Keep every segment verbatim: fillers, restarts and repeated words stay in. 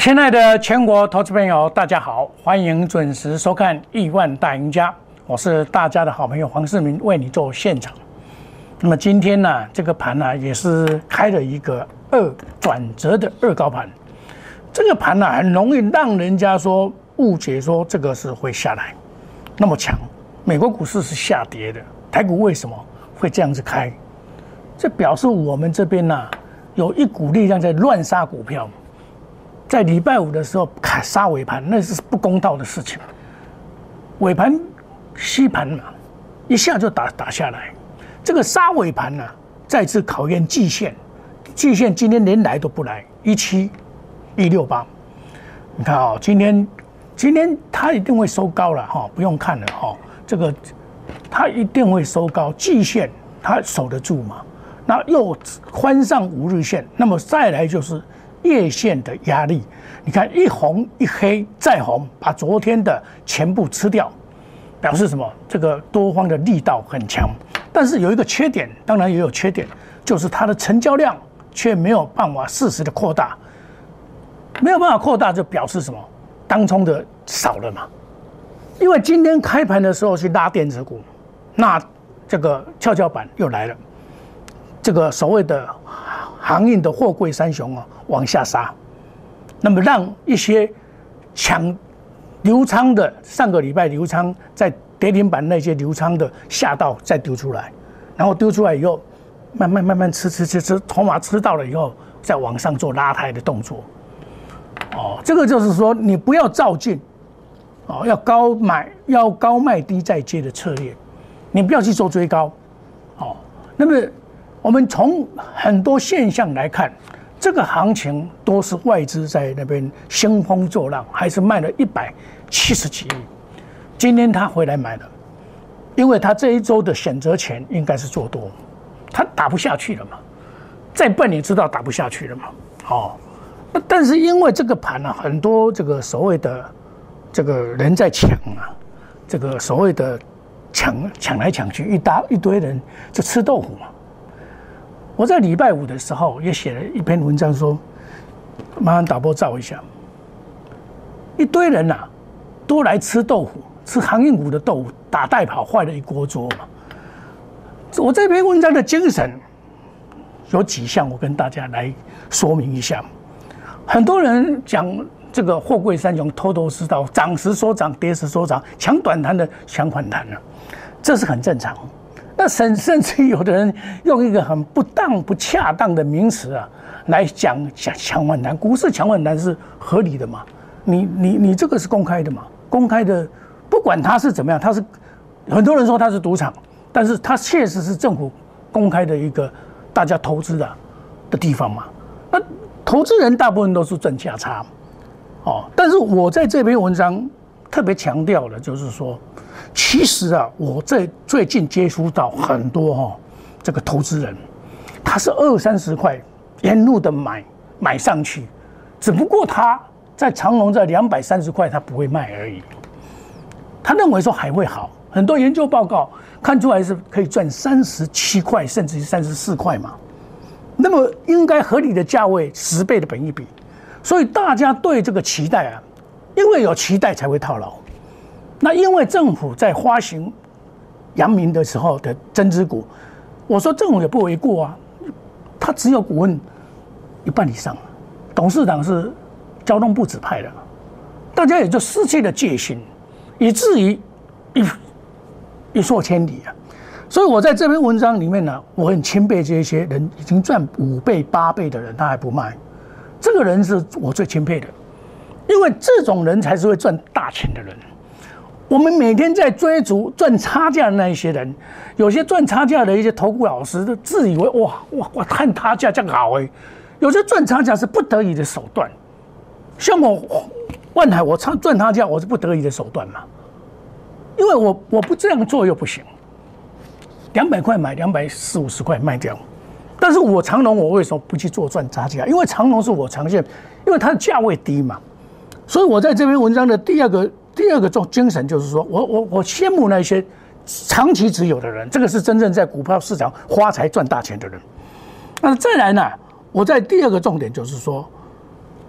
亲爱的全国投资朋友，大家好，欢迎准时收看《亿万大赢家》，我是大家的好朋友黄世明，为你做现场。那么今天呢，这个盘呢也是开了一个二转折的二高盘，这个盘呢很容易让人家说误解说这个是会下来，那么强。美国股市是下跌的，台股为什么会这样子开？这表示我们这边呢有一股力量在乱杀股票。在礼拜五的时候砍杀尾盘，那是不公道的事情。尾盘吸盘嘛，一下就打打下来。这个杀尾盘呢、啊，再次考验季线。季线今天连来都不来，一七一六八。你看哦，今天今天它一定会收高了哈，不用看了哈。这个它一定会收高，季线它守得住嘛？那又翻上五日线，那么再来就是月线的压力，你看一红一黑再红，把昨天的全部吃掉，表示什么？这个多方的力道很强，但是有一个缺点，当然也有缺点，就是它的成交量却没有办法适时的扩大，没有办法扩大就表示什么？当冲的少了嘛？因为今天开盘的时候去拉电子股，那这个跷跷板又来了，这个所谓的航运的货柜三雄啊往下杀，那么让一些抢流仓的，上个礼拜流仓在跌停板那些流仓的下到再丢出来，然后丢出来以后，慢慢慢慢吃吃吃吃，筹码吃到了以后，再往上做拉抬的动作。哦，这个就是说你不要照进，哦，要高买要高卖低再接的策略，你不要去做追高。哦，那么我们从很多现象来看，这个行情都是外资在那边兴风作浪，还是卖了一百七十几亿。今天他回来买了，因为他这一周的选择权应该是做多，他打不下去了嘛，再笨也知道打不下去了嘛。哦，但是因为这个盘啊，很多这个所谓的这个人在抢啊，这个所谓的抢抢来抢去，一大一堆人就吃豆腐嘛。我在礼拜五的时候也写了一篇文章说，麻烦导播照一下，一堆人啊都来吃豆腐，吃航运股的豆腐，打带跑，坏了一锅粥嘛。我这篇文章的精神有几项，我跟大家来说明一下。很多人讲这个货柜三雄头头是道，涨时说涨，跌时说涨，抢短弹的抢反弹了，这是很正常。那甚甚至有的人用一个很不当、不恰当的名词啊，来讲讲抢反弹，股市抢反弹是合理的嘛？你你你这个是公开的嘛？公开的，不管它是怎么样，它是很多人说它是赌场，但是它确实是政府公开的一个大家投资的的地方嘛。那投资人大部分都是赚价差，哦。但是我在这篇文章特别强调的就是说，其实啊，我在最近接触到很多哈、哦，这个投资人，他是二三十块沿路的买买上去，只不过他在长荣在两百三十块他不会卖而已，他认为说还会好，很多研究报告看出来是可以赚三十七块甚至三十四块嘛，那么应该合理的价位十倍的本益比，所以大家对这个期待啊，因为有期待才会套牢。那因为政府在发行阳明的时候的增资股，我说政府也不为过啊，他只有股份一半以上，董事长是交通部指派的，大家也就失去了戒心，以至于一一错千里啊。所以我在这篇文章里面呢，我很钦佩这些人已经赚五倍八倍的人，他还不卖，这个人是我最钦佩的，因为这种人才是会赚大钱的人。我们每天在追逐赚差价的那一些人，有些赚差价的一些投顾老师都自以为哇哇哇看差价这样好哎，有些赚差价是不得已的手段，像我万海我赚差价我是不得已的手段嘛，因为我我不这样做又不行，两百块买两百四五十块卖掉，但是我长荣我为什么不去做赚差价？因为长荣是我长线，因为它的价位低嘛，所以我在这篇文章的第二个。第二个重精神就是说，我我我羡慕那些长期持有的人，这个是真正在股票市场发财赚大钱的人。那再来呢，我在第二个重点就是说，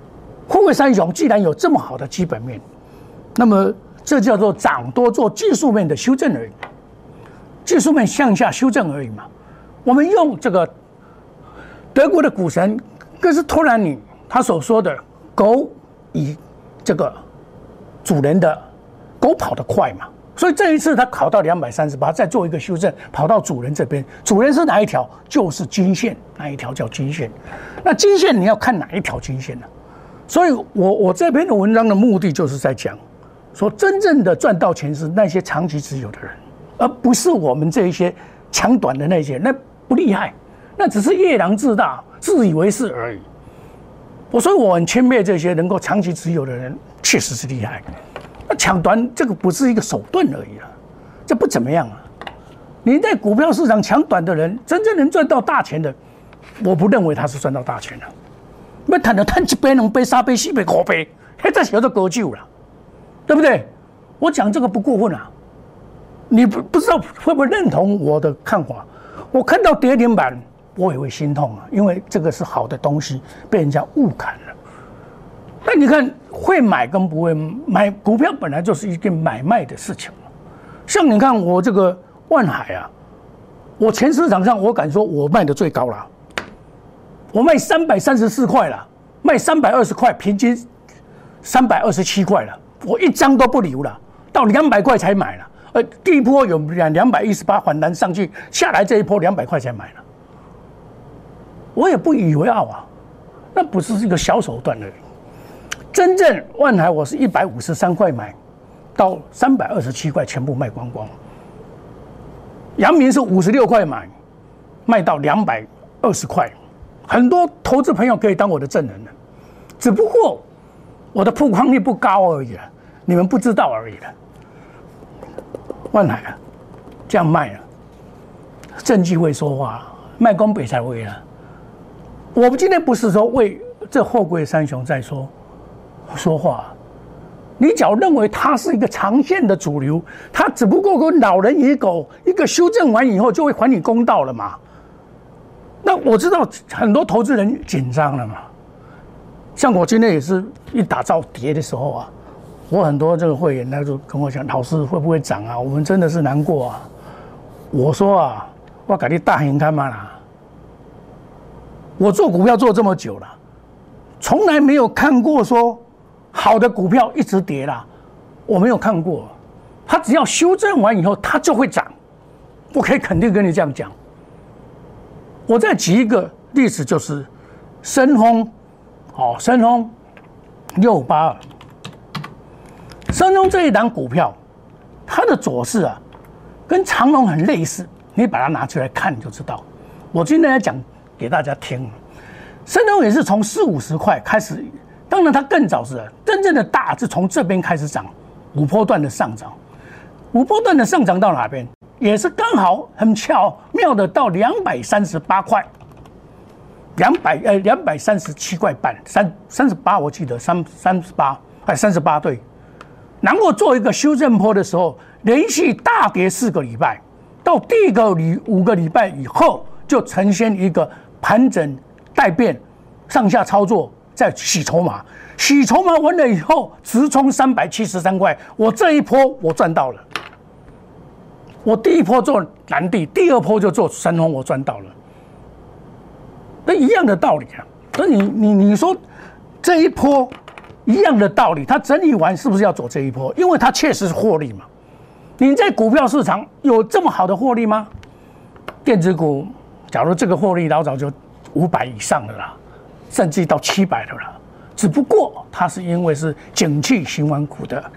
货柜三雄既然有这么好的基本面，那么这叫做涨多做技术面的修正而已，技术面向下修正而已嘛。我们用这个德国的股神哥斯托兰尼他所说的“狗以这个主人的狗跑得快嘛”，所以这一次他考到两百三十八，再做一个修正，跑到主人这边。主人是哪一条？就是均线，哪一条叫均线？那均线你要看哪一条均线呢？所以我我这篇的文章的目的就是在讲，说真正的赚到钱是那些长期持有的人，而不是我们这一些抢短的那些，那不厉害，那只是夜郎自大、自以为是而已。我所以我很谦卑这些能够长期持有的人，确实是厉害。那抢短这个不是一个手段而已了，这不怎么样啊。你在股票市场抢短的人，真正能赚到大钱的，我不认为他是赚到大钱的。要谈到谈一杯、两杯、三杯、四杯、五杯，那这叫做割酒了，对不对？我讲这个不过分啊。你不不知道会不会认同我的看法？我看到跌停板，我也会心痛啊，因为这个是好的东西被人家误砍了。那你看，会买跟不会买股票本来就是一件买卖的事情。像你看我这个万海啊，我前市场上我敢说我卖的最高了。我卖三百三十四块了，卖三百二十块，平均三百二十七块了，我一张都不留了，到两百块才买了。呃，第一波有两两百一十八反弹上去，下来这一波两百块才买了，我也不以为傲啊，那不是一个小手段而已。真正万海我是一百五十三块买，到三百二十七块全部卖光光。阳明是五十六块买，卖到两百二十块。很多投资朋友可以当我的证人了，只不过我的曝光率不高而已了，你们不知道而已了。万海啊，这样卖了，证据会说话，卖光北才会啊。我们今天不是说为这货柜三雄在说说话，你只要认为它是一个长线的主流，它只不过跟老人与狗一个修正完以后就会还你公道了嘛。那我知道很多投资人紧张了嘛，像我今天也是一打造跌的时候啊，我很多这个会员他就跟我讲，老师会不会涨啊？我们真的是难过啊。我说啊，我给你大行看嘛啦，我做股票做这么久了，从来没有看过说好的股票一直跌啦，我没有看过。它只要修正完以后，它就会涨，我可以肯定跟你这样讲。我再举一个例子，就是深丰，哦，深丰六五八二，深丰这一档股票，它的走势啊，跟长荣很类似，你把它拿出来看你就知道。我今天来讲给大家听，深丰也是从四五十块开始，当然它更早是真正的大是从这边开始涨，五波段的上涨，五波段的上涨到哪边？也是刚好很巧妙的到两百三十八块，两百呃两百三十七块半，三三十八我记得三三十八还三十八对，然后做一个修正波的时候，连续大跌四个礼拜，到第一个礼五个礼拜以后，就呈现一个盘整待变，上下操作再洗筹码，洗筹码完了以后，直冲三百七十三块，我这一波我赚到了。我第一波做南地，第二波就做深丰，我赚到了。那一样的道理啊。所以你你你说这一波一样的道理，它整理完是不是要走这一波？因为它确实是获利嘛。你在股票市场有这么好的获利吗？电子股，假如这个获利老早就五百以上的啦，甚至到七百的啦。只不过它是因为是景气循环股的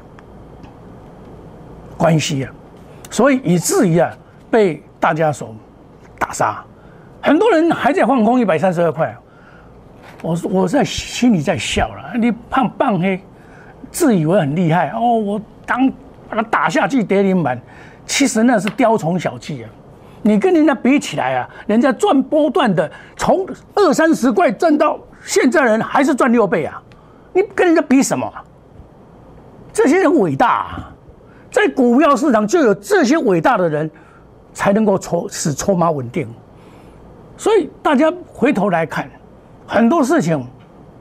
关系啊。所以以至于啊，被大家所打杀，很多人还在放空一百三十二块，我我在心里在笑了。你胖棒黑，自以为很厉害哦，我当把它打下去跌停板，其实那是雕虫小技啊。你跟人家比起来啊，人家赚波段的，从二三十块赚到现在人还是赚六倍啊，你跟人家比什么啊？这些人伟大啊！在股票市场就有这些伟大的人，才能够筹使筹码稳定。所以大家回头来看，很多事情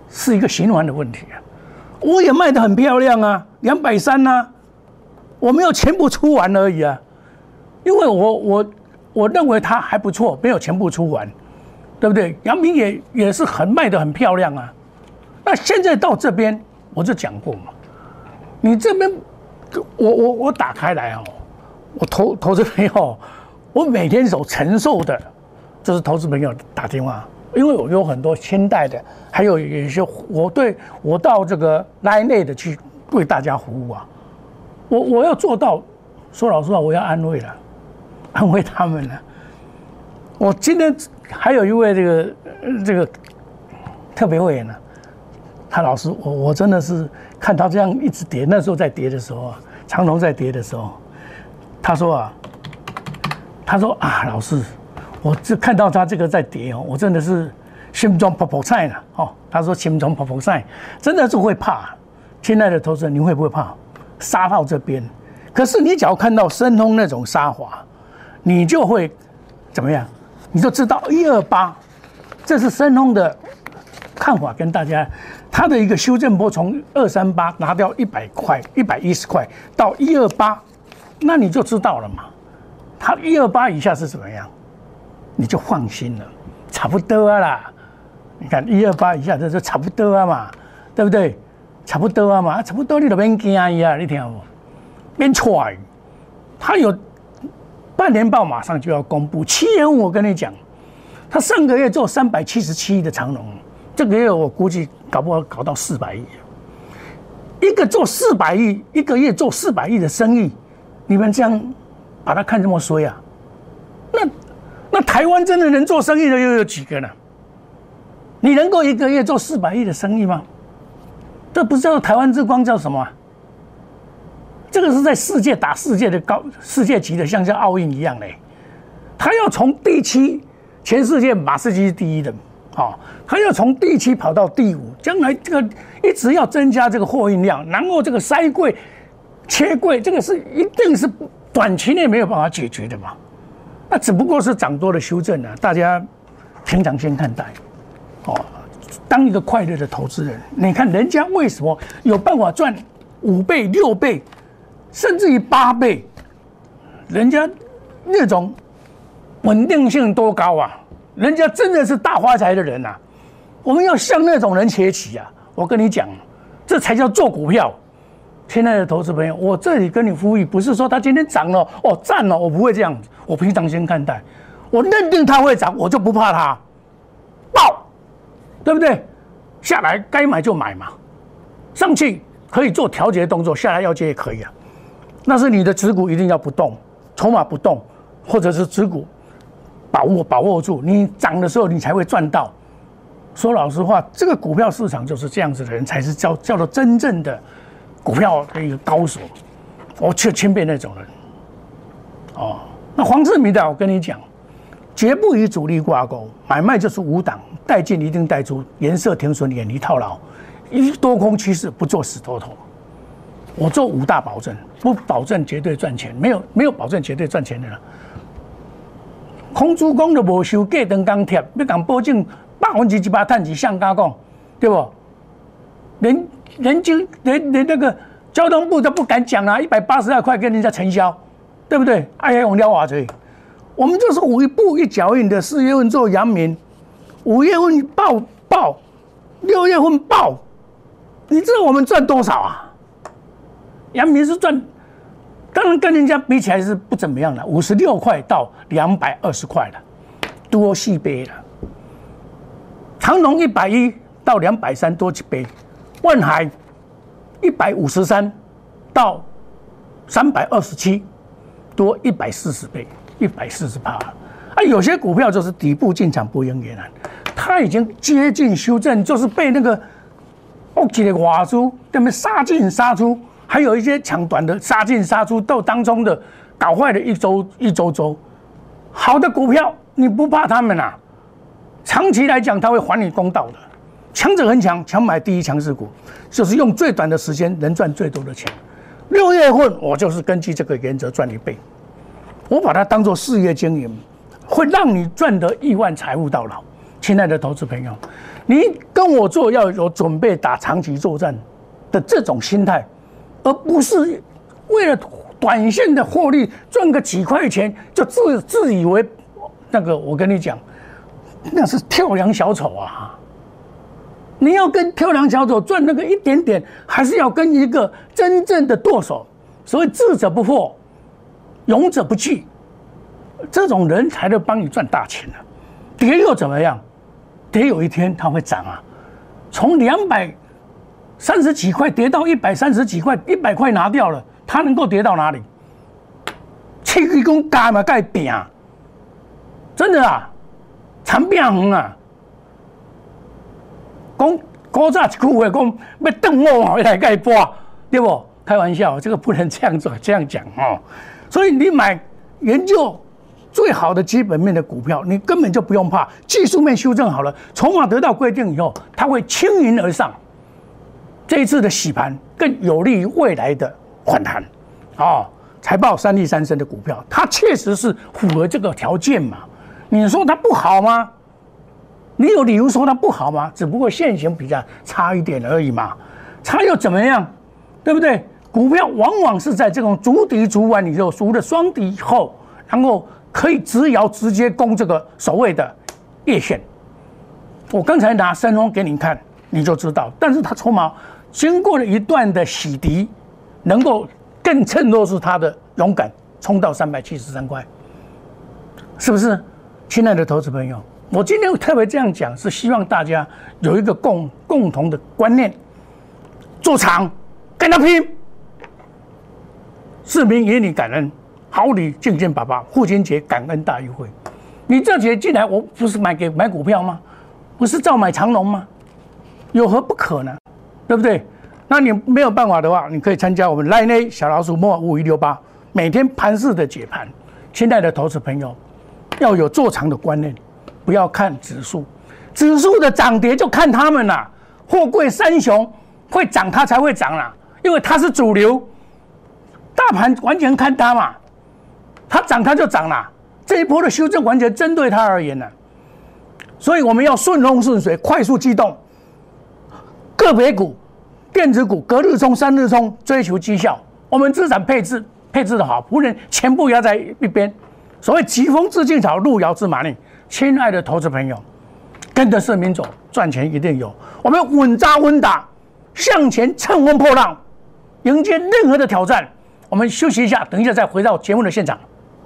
是一个循环的问题啊。我也卖得很漂亮啊，两百三呐，我没有全部出完而已啊，因为我我我认为它还不错，没有全部出完，对不对？阳明也也是很卖得很漂亮啊。那现在到这边，我就讲过嘛，你这边我我我打开来哦，我投投资朋友，我每天所承受的，就是投资朋友打电话。因为我有很多清代的，还有有一些我对我到这个 Line 内的去为大家服务啊，我我要做到，说老实话，我要安慰了，安慰他们了。我今天还有一位这个这个特别会员呢，他老师，我我真的是看他这样一直跌，那时候在跌的时候啊，长荣在跌的时候，他说啊，他说啊，老师。我就看到他这个在跌哦，我真的是心中泡泡菜了哦。他说心中泡泡菜，真的是会怕。亲爱的投资人，你会不会怕？杀到这边，可是你只要看到申通那种杀法，你就会怎么样？你就知道一二八，这是申通的看法，跟大家它的一个修正波从二三八拿掉一百块、一百一十块到一二八，那你就知道了嘛。它一二八以下是怎么样？你就放心了，差不多啊啦。你看一二八以下，这就差不多啊嘛，对不对？差不多啊嘛，差不多你就免惊伊啊，你听不？免踹。他有半年报马上就要公布，七月份我跟你讲，他上个月做三百七十七亿的长荣，这个月我估计搞不好搞到四百亿。一个做四百亿，一个月做四百亿的生意，你们这样把它看这么衰啊？那。那台湾真的能做生意的又有几个呢？你能够一个月做四百亿的生意吗？这不是叫台湾之光叫什么、啊？这个是在世界打世界的高世界级的，像像奥运一样嘞。他要从第七，全世界马士基是第一的，好、哦，他要从第七跑到第五，将来这个一直要增加这个货运量，然后这个塞柜、切柜，这个是一定是短期内没有办法解决的嘛。那只不过是涨多的修正啊，大家平常心看待，哦，当一个快乐的投资人，你看人家为什么有办法赚五倍、六倍，甚至于八倍，人家那种稳定性多高啊！人家真的是大发财的人啊！我们要向那种人学习啊！我跟你讲，这才叫做股票。亲爱的投资朋友，我这里跟你呼吁，不是说他今天涨了哦，赞了，我不会这样子，我平常心看待，我认定他会涨，我就不怕他爆，对不对？下来该买就买嘛，上去可以做调节动作，下来要接也可以啊。那是你的持股一定要不动，筹码不动，或者是持股把握把握住，你涨的时候你才会赚到。说老实话，这个股票市场就是这样子的人，才是叫叫做真正的股票的一个高手，我却轻便那种人。哦，那黄志明的，我跟你讲，绝不与主力挂钩，买卖就是无档，带进一定带出，颜色停损，远离套牢，一多空趋势不做死多头。我做五大保证，不保证绝对赚钱，没有没有保证绝对赚钱的了。空主讲都无收价长钢贴，要讲保证百分之一百赚钱，像家讲，对不？连连经连连那个交通部都不敢讲啊，一百八十二块跟人家承销，对不对？哎呀，用了瓦嘴，我们就是五一步一脚印的，四月份做阳明，五月份爆爆，六月份爆，你知道我们赚多少啊？阳明是赚，当然跟人家比起来是不怎么样的，五十六块到两百二十块了，多四倍了。长荣一百一到两百三多几倍。万海一百五十三到三百二十七，多一百四十倍，一百四十趴。啊，有些股票就是底部进场不应也难，它已经接近修正，就是被那个恶级的瓦珠那边杀进杀出，还有一些抢短的杀进杀出，到当中的搞坏了一周一周周。好的股票你不怕他们啊？长期来讲，它会还你公道的。强者恒强，强买第一强势股，就是用最短的时间能赚最多的钱。六月份我就是根据这个原则赚一倍，我把它当作事业经营，会让你赚得亿万财富到老。 亲爱的投资朋友，你跟我做要有准备打长期作战的这种心态，而不是为了短线的获利赚个几块钱就自自以为那个。我跟你讲，那是跳梁小丑啊！你要跟跳梁小丑赚那个一点点，还是要跟一个真正的舵手？所谓智者不惑，勇者不惧，这种人才能帮你赚大钱啊！跌又怎么样？跌有一天它会涨啊！从两百三十几块跌到一百三十几块，一百块拿掉了，它能够跌到哪里？七几公加嘛盖饼，真的啊，长变远啊！讲古早一句话讲，要瞪我嘛，要来盖播，对不？开玩笑，这个不能这样做，这样讲哦。所以你买研究最好的基本面的股票，你根本就不用怕。技术面修正好了，筹码得到规定以后，它会轻盈而上。这一次的洗盘更有利于未来的反弹。哦，财报三利三升的股票，它确实是符合这个条件嘛？你说它不好吗？你有理由说它不好吗？只不过现行比较差一点而已嘛，差又怎么样？对不对？股票往往是在这种逐底逐完以后，除了双底以后，然后可以直摇直接攻这个所谓的月线。我刚才拿深丰给你看，你就知道。但是它筹码经过了一段的洗涤，能够更衬托出它的勇敢，冲到三百七十三块，是不是？亲爱的投资朋友，我今天特别这样讲，是希望大家有一个共共同的观念：做长，跟他拼。市民以你感恩，好礼敬献爸爸。父亲节感恩大优惠，你这节进来，我不是买给买股票吗？不是照买长荣吗？有何不可呢？对不对？那你没有办法的话，你可以参加我们 Line A 小老鼠莫五一六八每天盘式的解盘。亲爱的投资朋友，要有做长的观念，不要看指数，指数的涨跌就看他们啦。货柜三雄会涨，它才会涨啦，因为它是主流。大盘完全看它嘛，它涨它就涨啦。这一波的修正完全针对它而言呢，所以我们要顺风顺水，快速机动。个别股、电子股隔日冲、三日冲，追求绩效。我们资产配置配置的好，不能全部压在一边。所谓疾风知劲草，路遥知马力。亲爱的投资朋友，跟着市民走，赚钱一定有。我们稳扎稳打，向前乘风破浪，迎接任何的挑战。我们休息一下，等一下再回到节目的现场。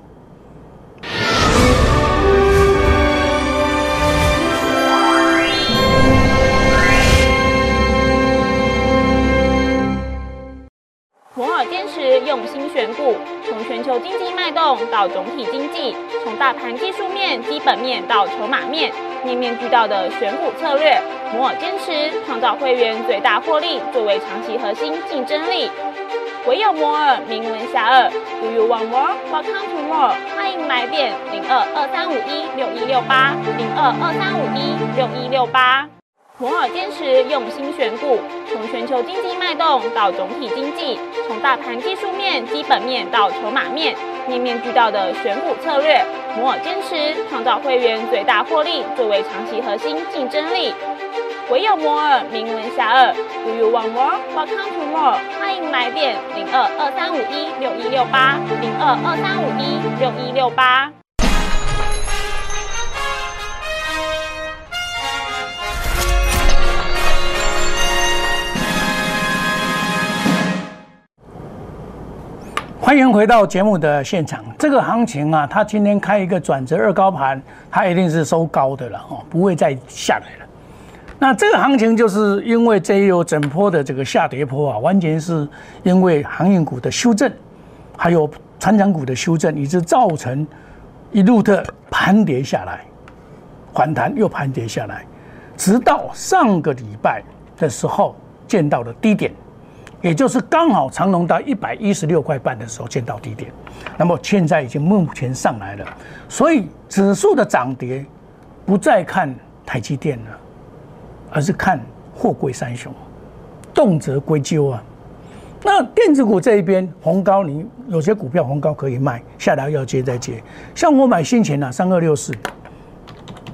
摩尔坚持用心选股，从全球经济脉动到总体经济，从大盘技术面、基本面到筹码面，面面俱到的选股策略。摩尔坚持创造会员最大获利作为长期核心竞争力。唯有摩尔名闻遐迩 ，Do you want more? Welcome to more。欢迎来电零二二三五一六一六八零二二三五一六一六八。摩尔坚持用心选股，从全球经济脉动到总体经济，从大盘技术面、基本面到筹码面，面面俱到的选股策略。摩尔坚持创造会员最大获利作为长期核心竞争力。唯有摩尔名闻遐迩 ，Do you want more? Welcome to more。欢迎来电零二二三五一六一六八零二二三五一六一六八。 欢迎回到节目的现场。这个行情啊，它今天开一个转折二高盘，它一定是收高的了哦，不会再下来了。那这个行情就是因为这一有整波的这个下跌波啊，完全是因为航运股的修正，还有传产股的修正，以致造成一路的盘跌下来，反弹又盘跌下来，直到上个礼拜的时候见到了低点，也就是刚好长荣到一百一十六块半的时候见到低点。那么现在已经目前上来了，所以指数的涨跌不再看台积电了，而是看货柜三雄，动辄归咎啊。那电子股这一边，红高你有些股票红高可以卖，下来要接再接。像我买新钱啊，三二六四，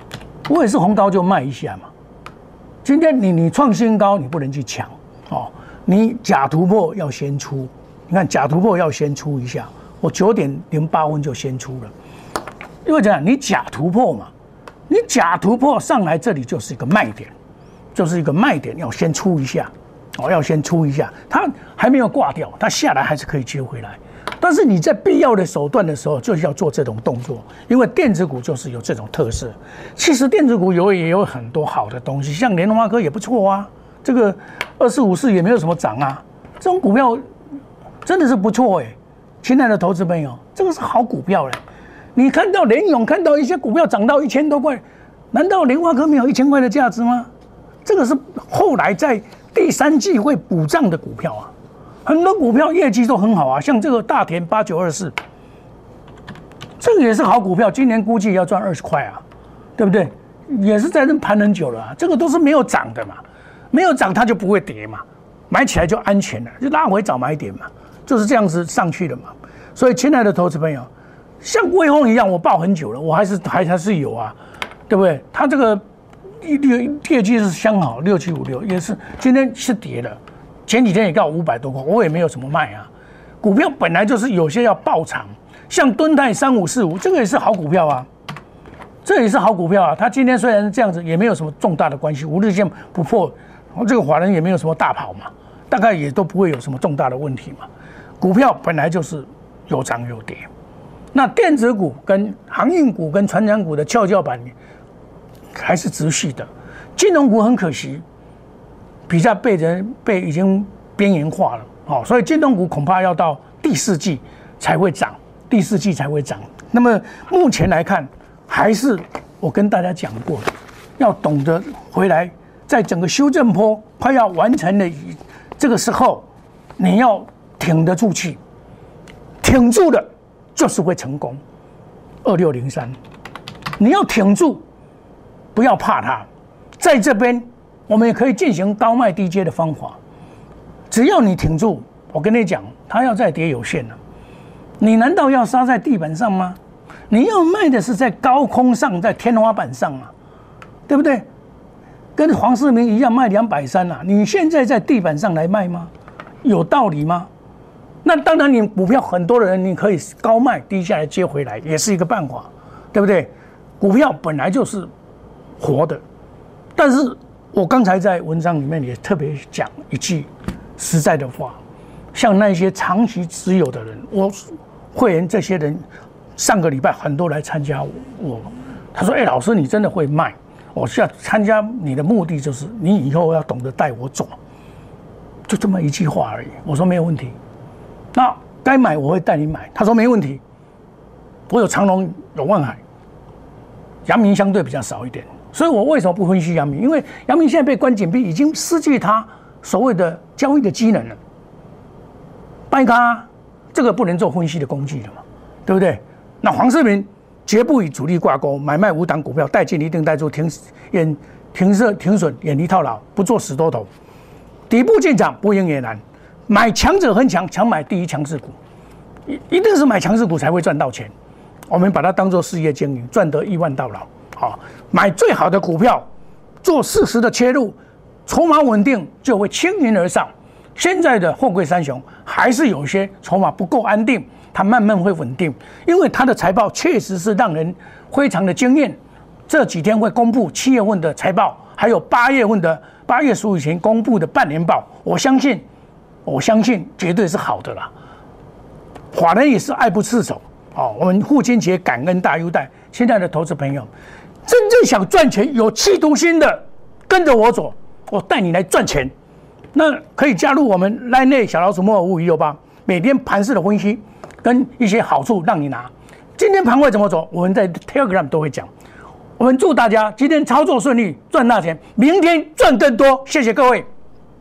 我也是红高就卖一下嘛。今天你你创新高，你不能去抢哦，你假突破要先出。你看假突破要先出一下，我九点零八分就先出了，因为怎样？你假突破嘛，你假突破上来这里就是一个卖点，就是一个卖点，要先出一下，哦，要先出一下，它还没有挂掉，它下来还是可以接回来。但是你在必要的手段的时候，就是要做这种动作，因为电子股就是有这种特色。其实电子股有也有很多好的东西，像联发科也不错啊，这个二四五四也没有什么涨啊，这种股票真的是不错哎、欸，亲爱的投资朋友，这个是好股票嘞。你看到联咏，看到一些股票涨到一千多块，难道联发科没有一千块的价值吗？这个是后来在第三季会补涨的股票啊。很多股票业绩都很好啊，像这个大田八九二四，这个也是好股票，今年估计要赚二十块啊，对不对？也是在这盘很久了啊，这个都是没有涨的嘛，没有涨它就不会跌嘛，买起来就安全了，就拉回早买点嘛，就是这样子上去的嘛。所以，亲爱的投资朋友，像微风一样，我抱很久了，我还是还还是有啊，对不对？它这个业绩是相好，六七五六也是，今天是跌的。前几天也到五百多块，我也没有什么卖啊。股票本来就是有些要爆长，像敦泰三五四五，这个也是好股票啊，这也是好股票啊。它今天虽然这样子，也没有什么重大的关系，五日线不破，这个法人也没有什么大跑嘛，大概也都不会有什么重大的问题嘛。股票本来就是有涨有跌，那电子股跟航运股跟传产股的跷跷板还是持续的，金融股很可惜。比较被人被已经边缘化了，哦，所以金融股恐怕要到第四季才会涨，第四季才会涨。那么目前来看，还是我跟大家讲过的，要懂得回来，在整个修正波快要完成的这个时候，你要挺得住气，挺住的，就是会成功。二六零三，你要挺住，不要怕它，在这边。我们也可以进行高卖低接的方法，只要你挺住，我跟你讲，它要再跌有限了。你难道要杀在地板上吗？你要卖的是在高空上，在天花板上啊，对不对？跟黄世明一样卖两百三啊，你现在在地板上来卖吗？有道理吗？那当然，你股票很多的人，你可以高卖低下来接回来，也是一个办法，对不对？股票本来就是活的，但是。我刚才在文章里面也特别讲一句实在的话，像那些长期持有的人，我会员这些人，上个礼拜很多来参加我，他说：“哎、欸，老师，你真的会卖？我需要参加你的目的就是你以后要懂得带我走，就这么一句话而已。”我说没有问题，那该买我会带你买。他说没问题，我有长荣有万海，阳明相对比较少一点。所以我为什么不分析阳明？因为阳明现在被关紧闭，已经失去它所谓的交易的机能了。掰咖这个不能做分析的工具了嘛，对不对？那黄世明绝不与主力挂钩，买卖无档股票，带进一定带出，停远停设停损，远离套牢，不做死多头。底部进场不赢也难，买强者恒强，强买第一强势股，一一定是买强势股才会赚到钱。我们把它当作事业经营，赚得一万到老。好，买最好的股票，做适时的切入，筹码稳定就会轻云而上。现在的货柜三雄还是有些筹码不够安定，它慢慢会稳定，因为它的财报确实是让人非常的惊艳。这几天会公布七月份的财报，还有八月份的八月十五以前公布的半年报，我相信，我相信绝对是好的啦。法人也是爱不释手。哦，我们父亲节感恩大优待，亲爱的投资朋友，真正想赚钱、有企图心的，跟着我走，我带你来赚钱。那可以加入我们 LINE 内小老鼠莫尔五五一六八，每天盘势的分析跟一些好处让你拿。今天盘会怎么走，我们在 Telegram 都会讲。我们祝大家今天操作顺利，赚大钱，明天赚更多。谢谢各位。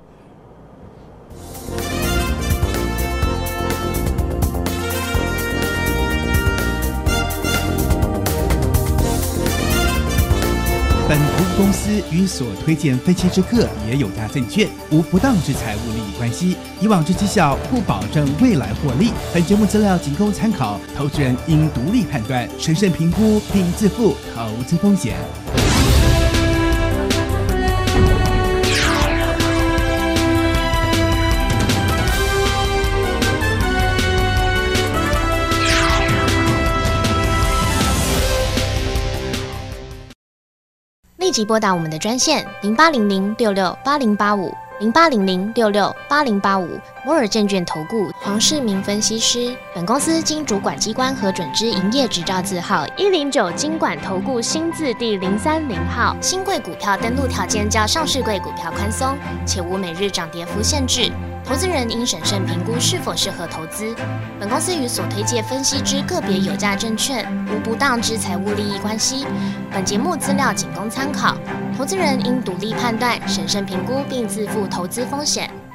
本服务公司与所推荐分期之客也有大证券无不当之财务利益关系，以往之绩效不保证未来获利。本节目资料仅供参考，投资人应独立判断、审慎评估并自负投资风险。 即拨打我们的专线零八零零六六八零八五零八零零六六八零八五。摩尔证券投顾黄世明分析师。本公司经主管机关核准之营业执照字号一零九金管投顾新字第零三零号。新贵股票登录条件较上市贵股票宽松，且无每日涨跌幅限制。投资人应审慎评估是否适合投资。本公司与所推介分析之个别有价证券无不当之财务利益关系。本节目资料仅供参考，投资人应独立判断、审慎评估并自负投资风险。